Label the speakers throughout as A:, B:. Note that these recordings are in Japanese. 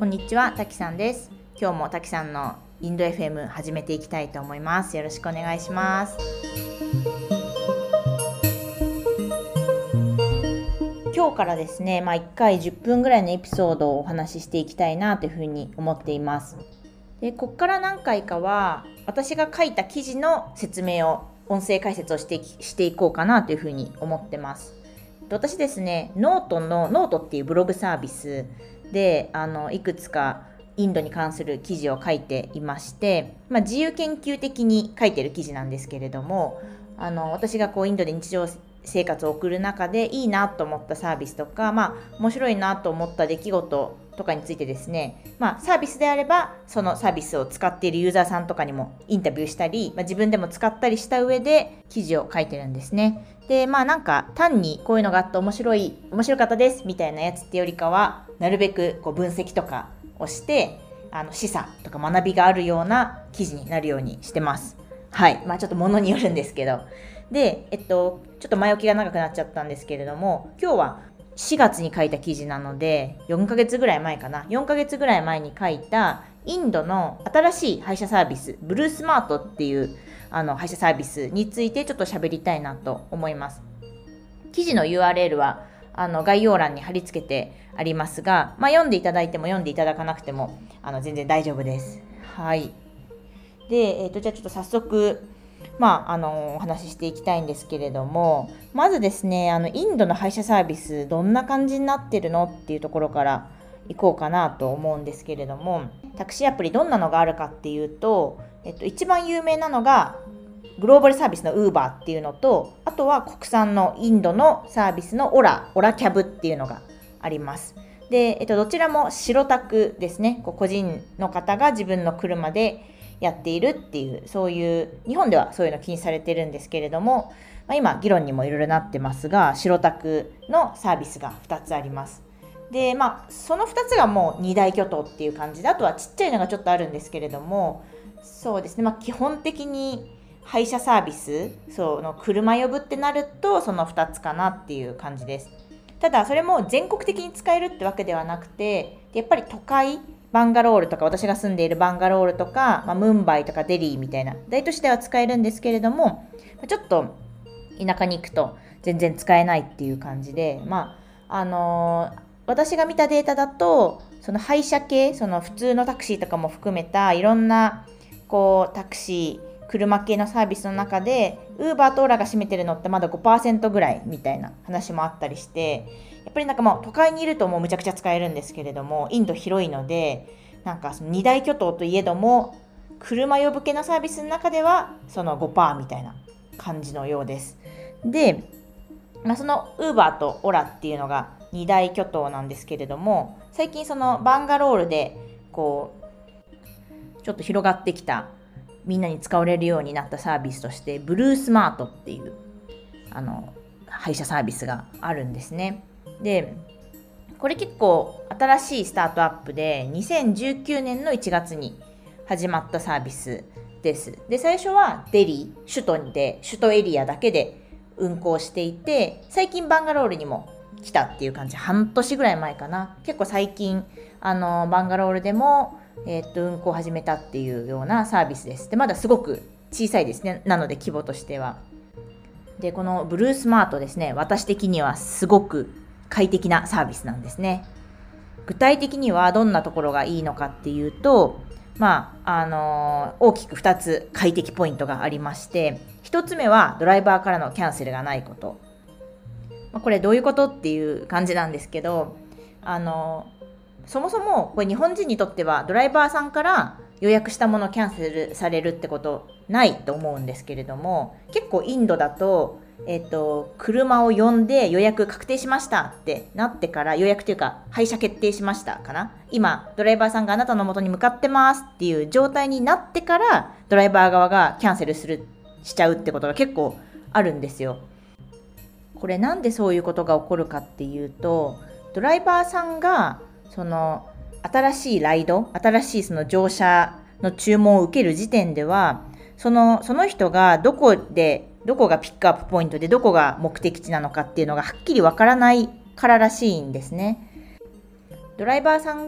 A: こんにちは、たきさんです。今日もたきさんのインド FM 始めていきたいと思います。よろしくお願いします。今日からですね、1回10分ぐらいのエピソードをお話ししていきたいなというふうに思っています。で、ここから何回かは私が書いた記事の説明を音声解説をしていこうかなというふうに思ってます。私ですね、ノートっていうブログサービスでいくつかインドに関する記事を書いていまして、自由研究的に書いている記事なんですけれども、私がインドで日常生活を送る中でいいなと思ったサービスとか、面白いなと思った出来事とかについてですね、サービスであればそのサービスを使っているユーザーさんとかにもインタビューしたり、自分でも使ったりした上で記事を書いてるんですね。で、なんか単にこういうのがあって面白かったですみたいなやつってよりかは、なるべく分析とかをして示唆とか学びがあるような記事になるようにしてます。はい、ちょっと物によるんですけど。で、ちょっと前置きが長くなっちゃったんですけれども、今日は4月に書いた記事なので、4ヶ月ぐらい前に書いたインドの新しい配車サービス、ブルースマートっていう配車サービスについてちょっと喋りたいなと思います。記事の URL は概要欄に貼り付けてありますが、読んでいただいても読んでいただかなくても全然大丈夫です。はい。で、じゃあちょっと早速お話ししていきたいんですけれども、まずですね、インドの配車サービスどんな感じになってるのっていうところから行こうかなと思うんですけれども、タクシーアプリどんなのがあるかっていうと、一番有名なのがグローバルサービスの Uber っていうのと、あとは国産のインドのサービスのオラキャブっていうのがあります。で、どちらも白タクですね。個人の方が自分の車でやっているっていう、そういう日本ではそういうの禁止されてるんですけれども、今議論にもいろいろなってますが、白タクのサービスが2つあります。で、その2つがもう2大巨頭っていう感じで、あとはちっちゃいのがちょっとあるんですけれども、そうですね、基本的に配車サービス、その車呼ぶってなるとその2つかなっていう感じです。ただそれも全国的に使えるってわけではなくて、やっぱり都会、バンガロールとか、私が住んでいるバンガロールとか、ムンバイとかデリーみたいな大都市では使えるんですけれども、ちょっと田舎に行くと全然使えないっていう感じで、私が見たデータだと、その配車系、その普通のタクシーとかも含めたいろんなタクシー、車系のサービスの中で Uber と Ola が占めてるのってまだ 5% ぐらいみたいな話もあったりして、やっぱりもう都会にいるともうむちゃくちゃ使えるんですけれども、インド広いのでその二大巨頭といえども、車呼ぶ系のサービスの中ではその 5% みたいな感じのようです。で、その Uber と Ola っていうのが二大巨頭なんですけれども、最近そのバンガロールでちょっと広がってきた、みんなに使われるようになったサービスとして、ブルースマートっていう配車サービスがあるんですね。で、これ結構新しいスタートアップで2019年の1月に始まったサービスです。で、最初はデリー、首都エリアだけで運行していて、最近バンガロールにも来たっていう感じ。半年ぐらい前かな。結構最近バンガロールでも運行を始めたっていうようなサービスです。で、まだすごく小さいですね。なので規模としては。で、このブルースマートですね、私的にはすごく快適なサービスなんですね。具体的にはどんなところがいいのかっていうと、大きく2つ快適ポイントがありまして、1つ目はドライバーからのキャンセルがないこと。これどういうことっていう感じなんですけど、そもそもこれ日本人にとってはドライバーさんから予約したものをキャンセルされるってことないと思うんですけれども、結構インドだと、車を呼んで予約確定しましたってなってから、予約というか配車決定しましたかな、今ドライバーさんがあなたの元に向かってますっていう状態になってからドライバー側がキャンセルしちゃうってことが結構あるんですよ。これなんでそういうことが起こるかっていうと、ドライバーさんがその新しいライド、新しいその乗車の注文を受ける時点では、その人がどこがピックアップポイントでどこが目的地なのかっていうのがはっきりわからないかららしいんですね。ドライバーさんが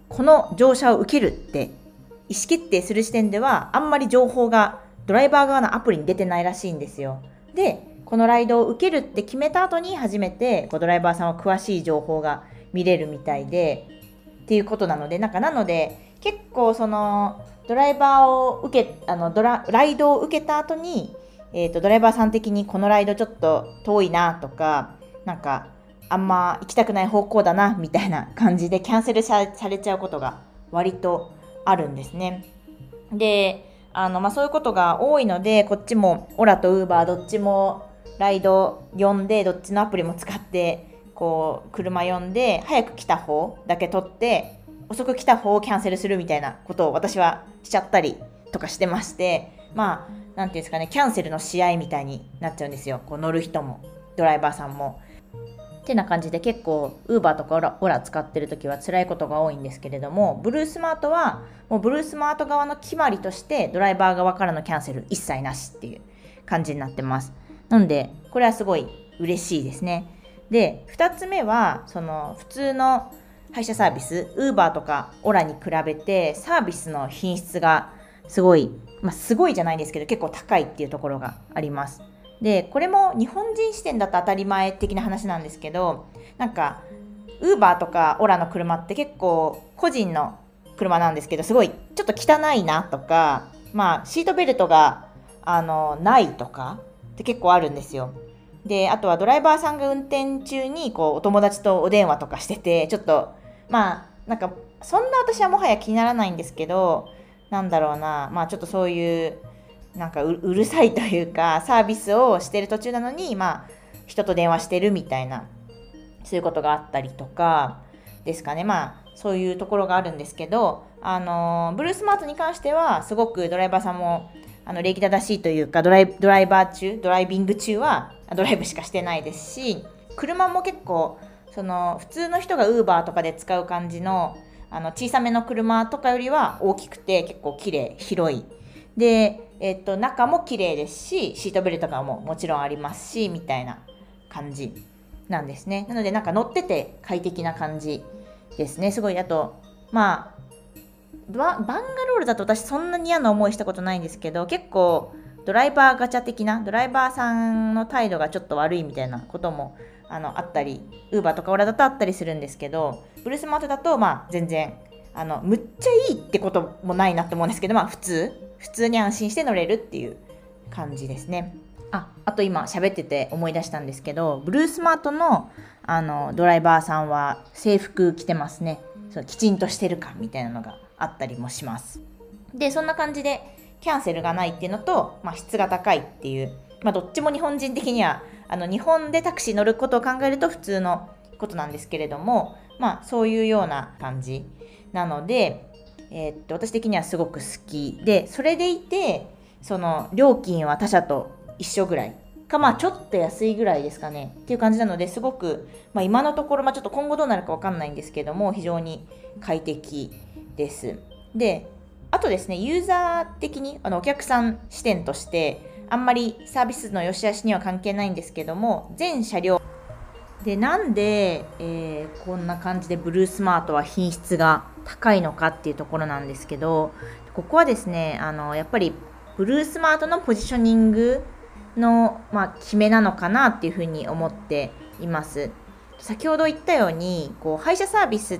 A: この乗車を受けるって意思決定する時点ではあんまり情報がドライバー側のアプリに出てないらしいんですよ。でこのライドを受けるって決めた後に初めてドライバーさんは詳しい情報が見れるみたいでっていうことなので、なので結構そのドライバーを受けライドを受けた後に、ドライバーさん的にこのライドちょっと遠いなとか、なんかあんま行きたくない方向だなみたいな感じでキャンセルされちゃうことが割とあるんですね。でそういうことが多いので、こっちもオラとウーバーどっちもライド呼んで、どっちのアプリも使ってこう車呼んで、早く来た方だけ取って遅く来た方をキャンセルするみたいなことを私はしちゃったりとかしてまして、なんていうんですかね、キャンセルの試合みたいになっちゃうんですよ。こう乗る人もドライバーさんもってな感じで、結構ウーバーとかオラ使ってる時は辛いことが多いんですけれども、ブルースマートはもうブルースマート側の決まりとしてドライバー側からのキャンセル一切なしっていう感じになってます。なのでこれはすごい嬉しいですね。で2つ目はその普通の配車サービス、ウーバーとかオラに比べてサービスの品質がすごい、すごいじゃないですけど結構高いっていうところがあります。でこれも日本人視点だと当たり前的な話なんですけど、なんかウーバーとかオラの車って結構個人の車なんですけど、すごいちょっと汚いなとか、シートベルトがないとかって結構あるんですよ。であとはドライバーさんが運転中にこうお友達とお電話とかしてて、ちょっとなんかそんな私はもはや気にならないんですけど、なんだろうな、ちょっとそういうなんか うるさいというか、サービスをしてる途中なのに人と電話してるみたいな、そういうことがあったりとかですかね。そういうところがあるんですけど、ブルースマートに関してはすごくドライバーさんも礼儀正しいというか、ドライビング中はドライブしかしてないですし、車も結構その普通の人がウーバーとかで使う感じの小さめの車とかよりは大きくて結構綺麗、広いで、中も綺麗ですし、シートベルトとかももちろんありますしみたいな感じなんですね。なのでなんか乗ってて快適な感じですね。すごい。あとバンガロールだと私そんなに嫌な思いしたことないんですけど、結構ドライバーガチャ的な、ドライバーさんの態度がちょっと悪いみたいなこともあったり、ウーバーとかオラだとあったりするんですけど、ブルースマートだと全然むっちゃいいってこともないなって思うんですけど、普通に安心して乗れるっていう感じですね。あと今喋ってて思い出したんですけど、ブルースマートのドライバーさんは制服着てますね。きちんとしてるかみたいなのがあったりもします。でそんな感じでキャンセルがないっていうのと、質が高いっていう、どっちも日本人的には日本でタクシー乗ることを考えると普通のことなんですけれども、そういうような感じなので、私的にはすごく好きで、それでいてその料金は他社と一緒ぐらいか、ちょっと安いぐらいですかねっていう感じなので、すごく、今のところ、ちょっと今後どうなるか分かんないんですけども、非常に快適です。であとですね、ユーザー的にお客さん視点としてあんまりサービスの良し悪しには関係ないんですけども、全車両でなんで、こんな感じでブルースマートは品質が高いのかっていうところなんですけど、ここはですね、やっぱりブルースマートのポジショニングの、決めなのかなっていうふうに思っています。先ほど言ったようにこう配車サービスって、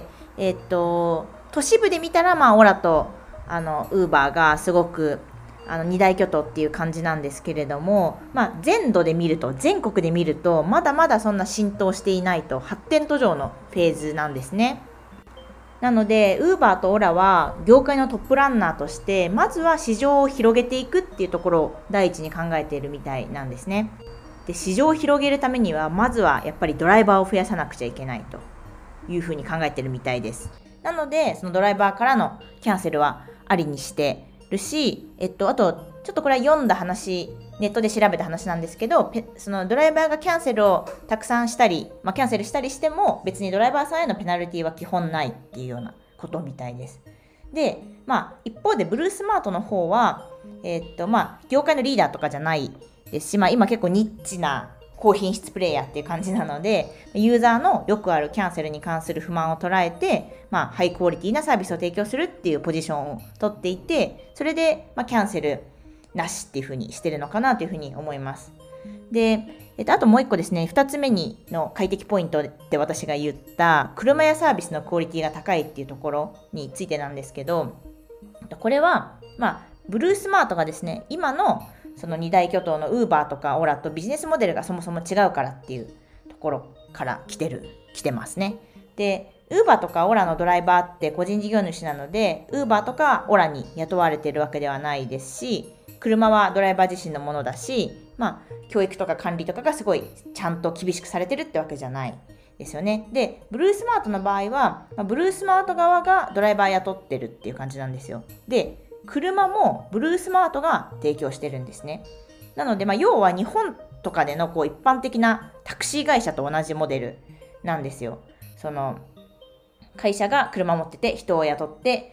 A: 都市部で見たらオラとウーバーがすごく二大巨頭っていう感じなんですけれども、全土で見ると、全国で見るとまだまだそんな浸透していないと、発展途上のフェーズなんですね。なのでウーバーとオラは業界のトップランナーとして、まずは市場を広げていくっていうところを第一に考えているみたいなんですね。で市場を広げるためにはまずはやっぱりドライバーを増やさなくちゃいけないというふうに考えているみたいです。なのでそのドライバーからのキャンセルはありにしてるし、あとちょっとこれは読んだ話、ネットで調べた話なんですけど、そのドライバーがキャンセルをたくさんしたり、キャンセルしたりしても別にドライバーさんへのペナルティは基本ないっていうようなことみたいです。で、一方でブルースマートの方は、業界のリーダーとかじゃないですし、今結構ニッチな高品質プレイヤーっていう感じなので、ユーザーのよくあるキャンセルに関する不満を捉えて、ハイクオリティなサービスを提供するっていうポジションを取っていて、それで、キャンセルなしっていうふうにしてるのかなというふうに思います。で、あともう一個ですね、2つ目の快適ポイントで私が言った車やサービスのクオリティが高いっていうところについてなんですけど、これは、ブルースマートがですね、今のその二大巨頭のウーバーとかオラとビジネスモデルがそもそも違うからっていうところから来てますね。で、ウーバーとかオラのドライバーって個人事業主なので、ウーバーとかオラに雇われてるわけではないですし、車はドライバー自身のものだし、教育とか管理とかがすごいちゃんと厳しくされてるってわけじゃないですよね。で、ブルースマートの場合は、ブルースマート側がドライバー雇ってるっていう感じなんですよ。で、車もブルースマートが提供してるんですね。なので、要は日本とかでの一般的なタクシー会社と同じモデルなんですよ。その会社が車を持ってて人を雇って、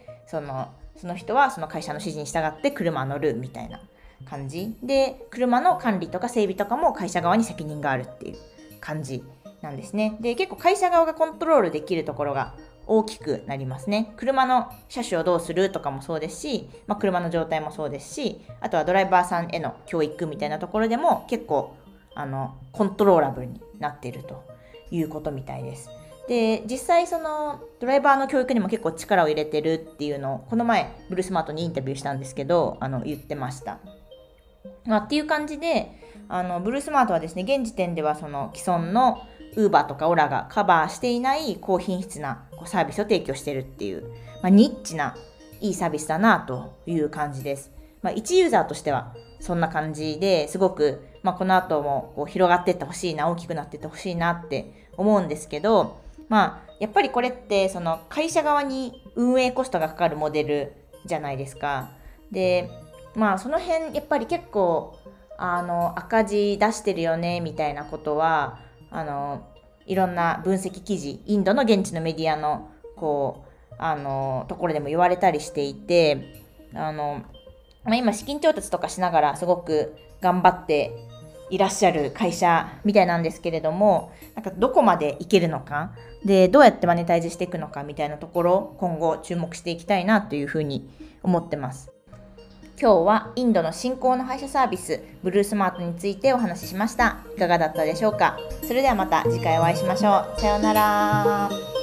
A: その人はその会社の指示に従って車乗るみたいな感じで、車の管理とか整備とかも会社側に責任があるっていう感じなんですね。で、結構会社側がコントロールできるところが大きくなりますね。車の車種をどうするとかもそうですし、車の状態もそうですし、あとはドライバーさんへの教育みたいなところでも結構コントローラブルになっているということみたいです。で、実際そのドライバーの教育にも結構力を入れてるっていうのをこの前ブルースマートにインタビューしたんですけど、言ってました。っていう感じで、ブルースマートはですね、現時点ではその既存のウーバーとかオラがカバーしていない高品質なサービスを提供しているっていう、ニッチないいサービスだなという感じです。一ユーザーとしてはそんな感じですごく、この後も広がっていってほしいな、大きくなっていってほしいなって思うんですけど、やっぱりこれってその会社側に運営コストがかかるモデルじゃないですか。で、その辺やっぱり結構赤字出してるよねみたいなことはいろんな分析記事、インドの現地のメディアのところでも言われたりしていて、今資金調達とかしながらすごく頑張っていらっしゃる会社みたいなんですけれども、どこまでいけるのかで、どうやってマネタイズしていくのかみたいなところ、今後注目していきたいなというふうに思ってます。今日はインドの新興の配車サービスブルースマートについてお話ししました。いかがだったでしょうか。それではまた次回お会いしましょう。さようなら。